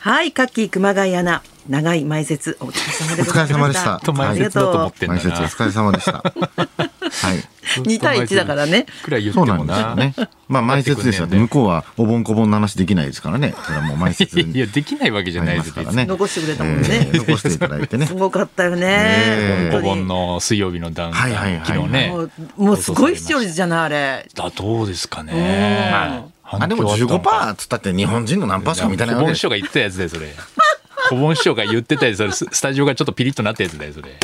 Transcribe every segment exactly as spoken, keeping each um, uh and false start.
はい、カッキー熊谷アナ、長い前説お疲れ様でございました。 お疲れ様でした。 と前説だと思ってんだな。 前説お疲れ様でした。はい。 に対いちだからね。 くらい言ってもな。 そうなんですよね。まあ前説ですよ。向こうはおぼんこぼんの話できないですからね。それはもう前説に。 いやできないわけじゃないですからね。 残してくれたもんね。 えー、残していただいてね。 すごかったよね。 お盆の水曜日のダウンタウン、はいはいはい、昨日ね。 もうすごい視聴率じゃないあれ。 だどうですかね。 あでも じゅうごパーセント っつったって日本人の何パーセントみたいな。 小盆師匠が言ってたやつだよそれ。小盆師匠が言ってたやつ、それスタジオがちょっとピリッとなったやつだよそれ。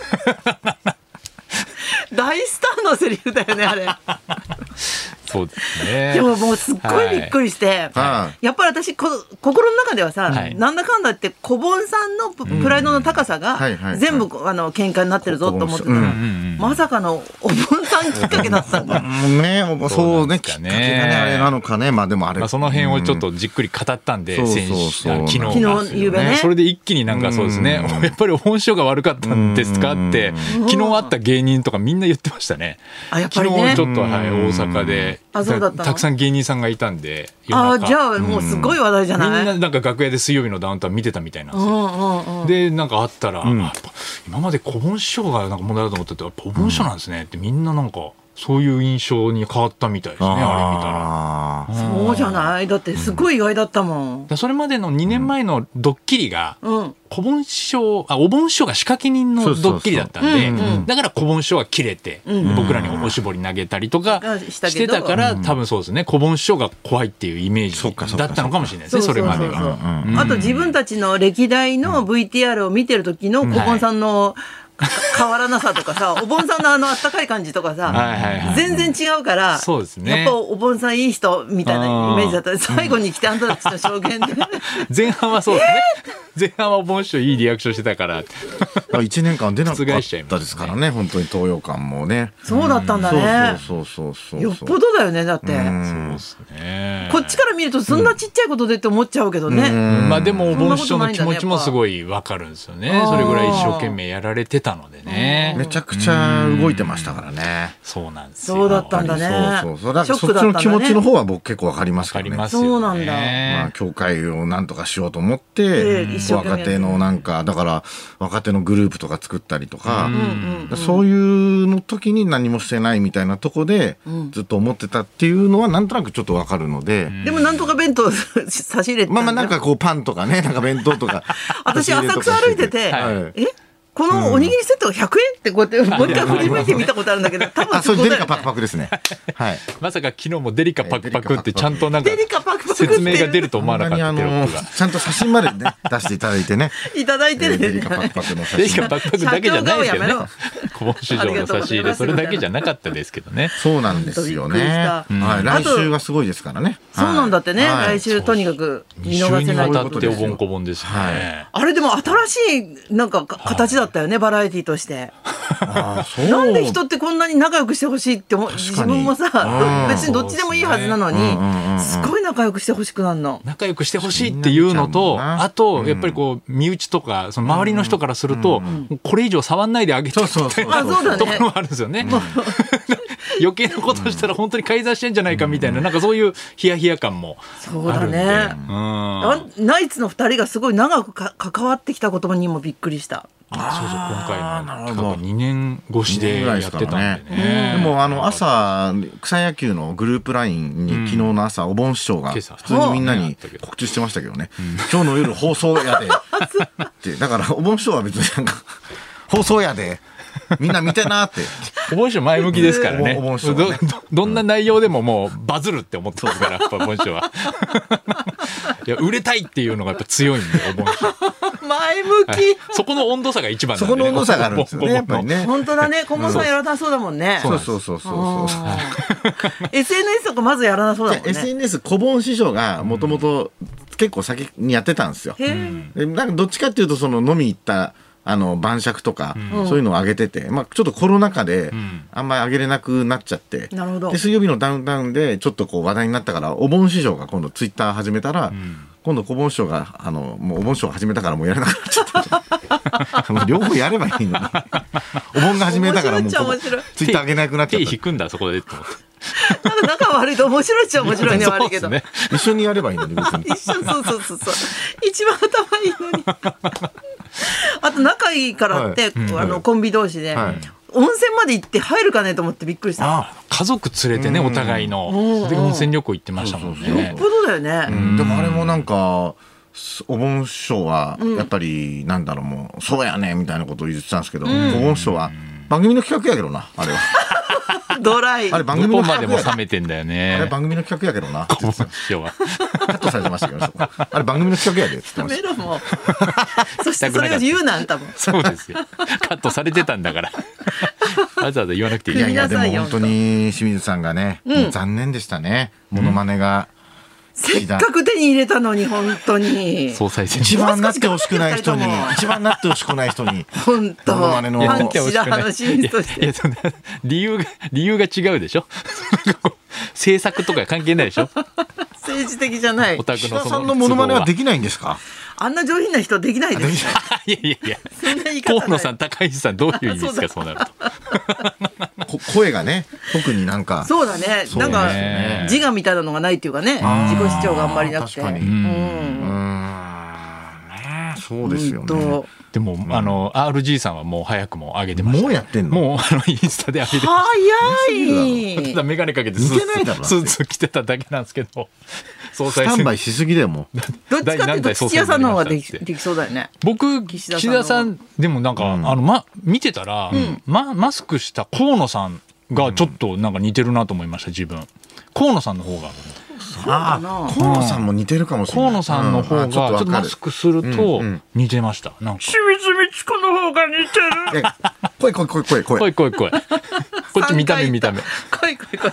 大スターのセリフだよねあれ。 そうですね。 でももうすっごいびっくりして、はい、やっぱり私こ心の中ではさ、はい、なんだかんだって小盆さんの プ,、うん、プライドの高さが全部、はいはい、あの喧嘩になってるぞと思ってたら、うん、まさかのお盆さんきっかけだったんだ。 ね、そうね、きっかけがねあれなのかね。まあでもあれ、 まあ、その辺をちょっとじっくり語ったんで、うん、先週昨日昨日夕べね。 それで一気になんかそうですね。やっぱりお盆師匠が悪かったんですかって昨日会った芸人とかみんな言ってましたね。 あやっぱりね。 昨日ちょっと、はい、大阪で。 あそうだったの。 たくさん芸人さんがいたんで、 あじゃあもうすごい話題じゃない。 みんななんか楽屋で水曜日のダウンタウン見てたみたいなんですよ。うんうんうん、でなんかあったら、うん、やっぱ今まで小盆師匠がなんか問題だと思ってて、やっぱ小盆師匠なんですねってみんななんかそういう印象に変わったみたいですね。あれ見たら。 そうじゃない。だってすごい意外だったもん。 うん、それまでのにねんまえのドッキリが、うん、小盆師匠あお盆師匠が仕掛け人のドッキリだったんで、だから小盆師匠は切れて、うん、僕らにおしぼり投げたりとかしてたから、うん、多分そうですね。小盆師匠が怖いっていうイメージだったのかもしれないですね。それまでは。 あと自分たちの歴代の ブイティーアール を見てる時の小盆さんの、うん変わらなさとかさ、お盆さんのあのあったかい感じとかさ、はいはいはい、全然違うから、そうですね、やっぱお盆さんいい人みたいなイメージだった。最後に来てあんたたちの証言で前半はそうですね、えー、前半はお盆師匠いいリアクションしてたからいちねんかん出なかったですからね。本当に東洋館もね。 そうだったんだね。 そうそうそうそう、 よっぽどだよね。だってそうですね。 こっちから見るとそんなちっちゃいことでって思っちゃうけどね。 うんまあでもお盆師匠の気持ちもすごいわかるんですよね。それぐらい一生懸命やられてたのでね。 めちゃくちゃ動いてましたからね。 そうなんですよ。 そうだったんだね。 そうそうそう。だからそっちの気持ちの方は僕結構わかりますからね。 そうなんだ。 まあ協会をなんとかしようと思って、若手のなんかだから若手のグループとか作ったりとか、そういうの時に何もしてないみたいなとこでずっと思ってたっていうのはなんとなくちょっとわかるので。 でもなんとか弁当差し入れて。 まあまあなんかこうパンとかね、なんか弁当とか。 私浅草歩いてて、え？このおにぎりセットがひゃくえんってこうやってもう一回振り向いてみたことあるんだけど、多分あ、それデリカパクパクですね。はい。 まさか昨日もデリカパクパクってちゃんとなんか説明が出ると思わなかったテロップが。 ちゃんと写真までね出していただいてね。 いただいてる。 デリカパクパクの写真。 デリカパクパクだけじゃないですよね。小盆市場の差し入れそれだけじゃなかったですけどね。 そうなんですよね。はい。来週はすごいですからね。 そうなんだってね。来週とにかく見逃せない。 にわたってお盆こぼんですね。 あれでも新しいなんか形だったよね、バラエティとして。あそうなんで人ってこんなに仲良くしてほしいって思う。自分もさ別にどっちでもいいはずなのにすごい仲良くしてほしくなるの。 仲良くしてほしいっていうのと、あとやっぱりこう身内とかその周りの人からするとこれ以上触んないであげてみたいなところもあるんですよね。余計なことしたら本当に改ざしてんじゃないかみたいな、なんかそういうヒヤヒヤ感もあるんで。そうだね。 うん、ナイツのふたりがすごい長くか関わってきたことにもびっくりした。 あそうそう今回のにねん越しでやってたんでね。 でもあの朝草野球のグループラインに昨日の朝お盆師匠が普通にみんなに告知してましたけどね、今日の夜放送やでってだからお盆師匠は別になんか放送やでみんな見てなって。 お盆師匠前向きですからね。お盆師匠ね ど, ど, どんな内容でももうバズるって思ってますから、やっぱお盆師匠は。いや売れたいっていうのがやっぱ強いんでお盆師匠。 前向き、はい、 そこの温度差が一番なんで、ね、 そこの温度差があるんですよね。やっぱりね。 本当だね。小盆さんやらなそうだもんね。 そうそうそうそうそう。 エスエヌエス とかまずやらなそうだもんね。 エスエヌエス 小盆師匠がもともと結構先にやってたんですよ。うん、なんかどっちかっていうとその飲み行ったあの晩酌とか、うん、そういうのを上げてて、まあ、ちょっとコロナ禍であんまり上げれなくなっちゃって、うん、で水曜日のダウンタウンでちょっとこう話題になったからお盆師匠が今度ツイッター始めたら、うん、今度小盆師匠があのもうお盆師匠始めたからもうやれなくなっちゃって両方やればいいのにお盆が始めたからもうツイッター上げなくなっちゃった。 手引くんだそこでって思ってなんか仲悪いと面白いっちゃ面白いね悪いけど、ね、 一緒にやればいいのに別に一緒そうそうそうそう一番頭いいのにあと仲いいからって、はい、あのコンビ同士で、はい、温泉まで行って入るかねと思ってびっくりした。 あ家族連れてねお互いので温泉旅行行ってましたもんね。 よっぽどだよね。 うんでもあれもなんかお盆師匠はやっぱりなんだろうもうそうやねみたいなことを言ってたんですけど、うん、お盆師匠は番組の企画やけどなあれはドライあれ番組の企画どこまでも冷めてんだよね。 あれ番組の企画やけどなお盆師匠はカットされてましたけどあれ番組の企画やでっつってました。 やめろもうそしてそれを言うなんたもんそうですよカットされてたんだからわざわざ言わなくていい。 いやいやでも本当に清水さんがね、うん、残念でしたねモノマネが、うんせっかく手に入れたのに本当に総裁選一番なってほしくない人に一番なってほしくない人に本当モノマネのパンチだ話としていやそんな理由が理由が違うでしょ政策とか関係ないでしょ政治的じゃない。 お宅のその岸田さんのモノマネはできないんですか。 あんな上品な人できないですよいやいやいや河野さん高市さんどういう意味ですかそうなると声がね特になんかそうだねなんか自我みたいなのがないっていうかね自己主張があんまりなくて確かにうんうんねそうですよね。 でも、うん、あの アールジー さんはもう早くも上げてました。 もうやってんの。 もうあのインスタで上げてました。 早い。 ただメガネかけてスーツ着てただけなんですけど総裁選スタンバイしすぎだよもうどっちかっていうと土屋さんの方ができ、できそうだよね。 僕岸田さんでもなんか、うん、あのま見てたら、うんま、マスクした河野さんがちょっとなんか似てるなと思いました自分。河野さんの方がああ河野さんも似てるかもしれない。 河野さんの方がちょっとマスクすると似てました。なんか清水ミチコの方が似てる。 声声声声声声声こっち見た目見た目声声声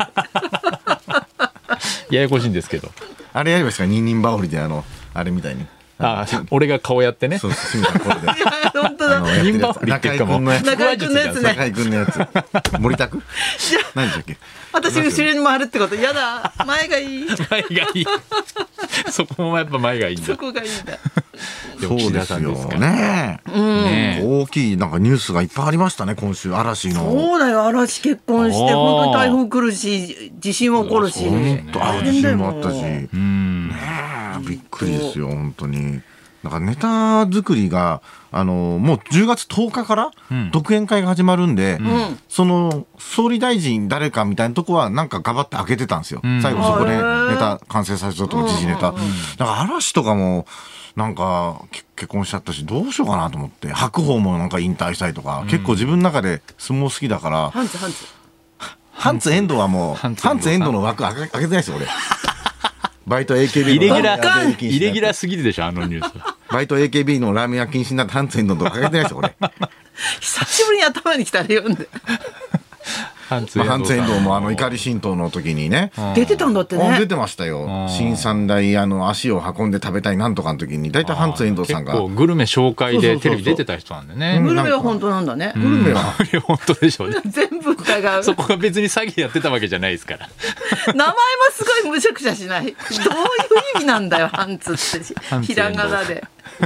ややこしいんですけどあれやりましたかニンニンバオリであのあれみたいにああ俺が顔やってね。 そうそうこれで本当だニンバオリっていうかも中居君のやつね。 中居君のやつ森田君何でしたっけ。 私後ろに回るってことやだ前がいい前がいいそこもやっぱ前がいいんだ。 そこがいいんだそうですよね、うんね大きいなんかニュースがいっぱいありましたね今週嵐の。 そうだよ嵐結婚して本当に台風来るし地震も起こるし本当あ地震もあったしうんねびっくりですよ本当に。なんかネタ作りがあのもうじゅうがつとおかから独演会が始まるんで、うん、その総理大臣誰かみたいなとこはなんか頑張って開けてたんですよ、うん、最後そこでネタ完成させたとか時事ネタ、うんうんうん、だから嵐とかもなんか結婚しちゃったしどうしようかなと思って白鵬もなんか引退したりとか、うん、結構自分の中で相撲好きだからハンツハンツハンツ遠藤はもうハンツ遠藤の枠開けてないですよ俺バイト エーケービーイレギュラーイレギュラーすぎるでしょあのニュースバイト エーケービー のラーメン屋禁止になってハンツエンドンとかかけてないですよ俺久しぶりに頭に来たら読んでハンツエンドンもあの怒り神道の時にね出てたんだってね。 出てましたよ。新三大あの足を運んで食べたいなんとかの時に大体ハンツエンドンさんが結構グルメ紹介でテレビ出てた人なんでね。 グルメは本当なんだね。 グルメは本当でしょうね全部疑うそこが別に詐欺やってたわけじゃないですから名前もすごいむしゃくしゃしないどういう意味なんだよハンツってひらがなで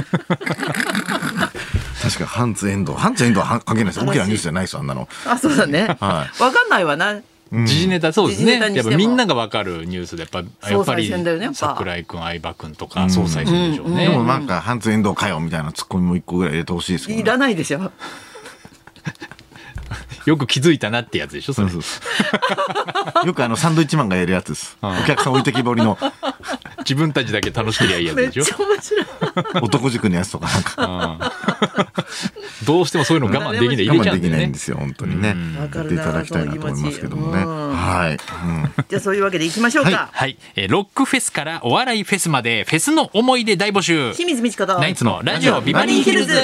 確かハンツエンドハンツエンドは関係ないです。大きなニュースじゃないですあんなの。 あそうだね、はい、分かんないわな時事ネタそうですね。やっぱみんなが分かるニュースでやっぱやっぱり櫻井君相葉君とか総裁選でしょうね。 でもなんかハンツエンドかよみたいなツッコミも一個ぐらい入れてほしいですけど、ね、 いらないでしょよく気づいたなってやつでしょそれ。そうそうよくあのサンドイッチマンがやるやつです。お客さん置いてきぼりの自分たちだけ楽しけりゃいいやつでしょ。 めっちゃ面白い男塾のやつとかなんかどうしてもそういうの我慢できない、 我慢できないんですよ本当にね。やっていただきたいなと思いますけどもね。はい、うん、 じゃあそういうわけでいきましょうか。 はい、はいえー、ロックフェスからお笑いフェスまでフェスの思い出大募集。 清水ミチコとナイツのラジオビバリーヒルズ。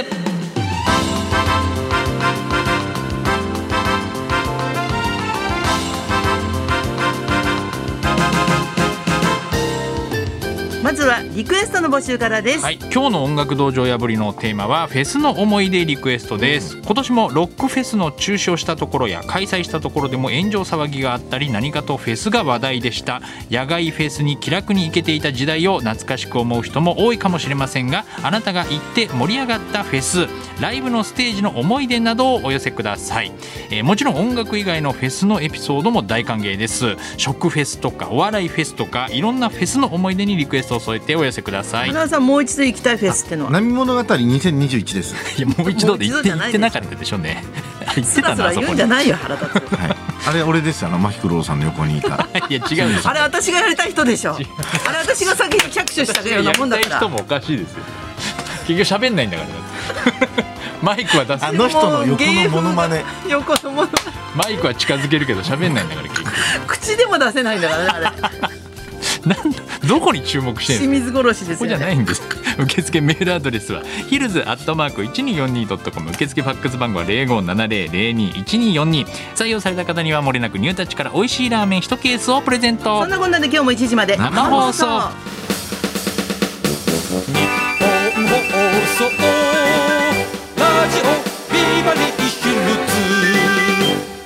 まずはリクエストの募集からです。 はい、今日の音楽道場破りのテーマはフェスの思い出リクエストです、うん、今年もロックフェスの中止をしたところや開催したところでも炎上騒ぎがあったり、何かとフェスが話題でした。野外フェスに気楽に行けていた時代を懐かしく思う人も多いかもしれませんが、あなたが行って盛り上がったフェス、ライブのステージの思い出などをお寄せください、えー、もちろん音楽以外のフェスのエピソードも大歓迎です。食フェスとかお笑いフェスとかいろんなフェスの思い出にリクエストを添えてお寄せください。 花さん、もう一度行きたいフェスってのは波物語にせんにじゅういちです。 いや、もう一度で言って言ってなかったでしょうね。 言ってたな、そこに。じゃないよ、腹立つ、 はい、あれ俺ですよ、あのマヒクロウさんの横にいたいや違うです。 あれ私がやりたい人でしょ。あれ私が先に着手したようなもんだから。 やりたい人もおかしいですよ。結局喋んないんだからマイクは出す。 あの人の横のモノマネ横のモノマイクは近づけるけど喋んないんだから結局口でも出せないんだからね、あれなんどこに注目してるんですか。 清水殺しですよね。 ここじゃないんです。受付メールアドレスはヒルズアットマーク いちにーよんにードットコム、受付ファックス番号は ゼロごーななゼロ ゼロにーいちにーよんに。採用された方にはもれなくニュータッチから美味しいラーメンいちケースをプレゼント。 そんなこんなで今日もいちじまで生放送。日本放送ラジオビバリーヒルズ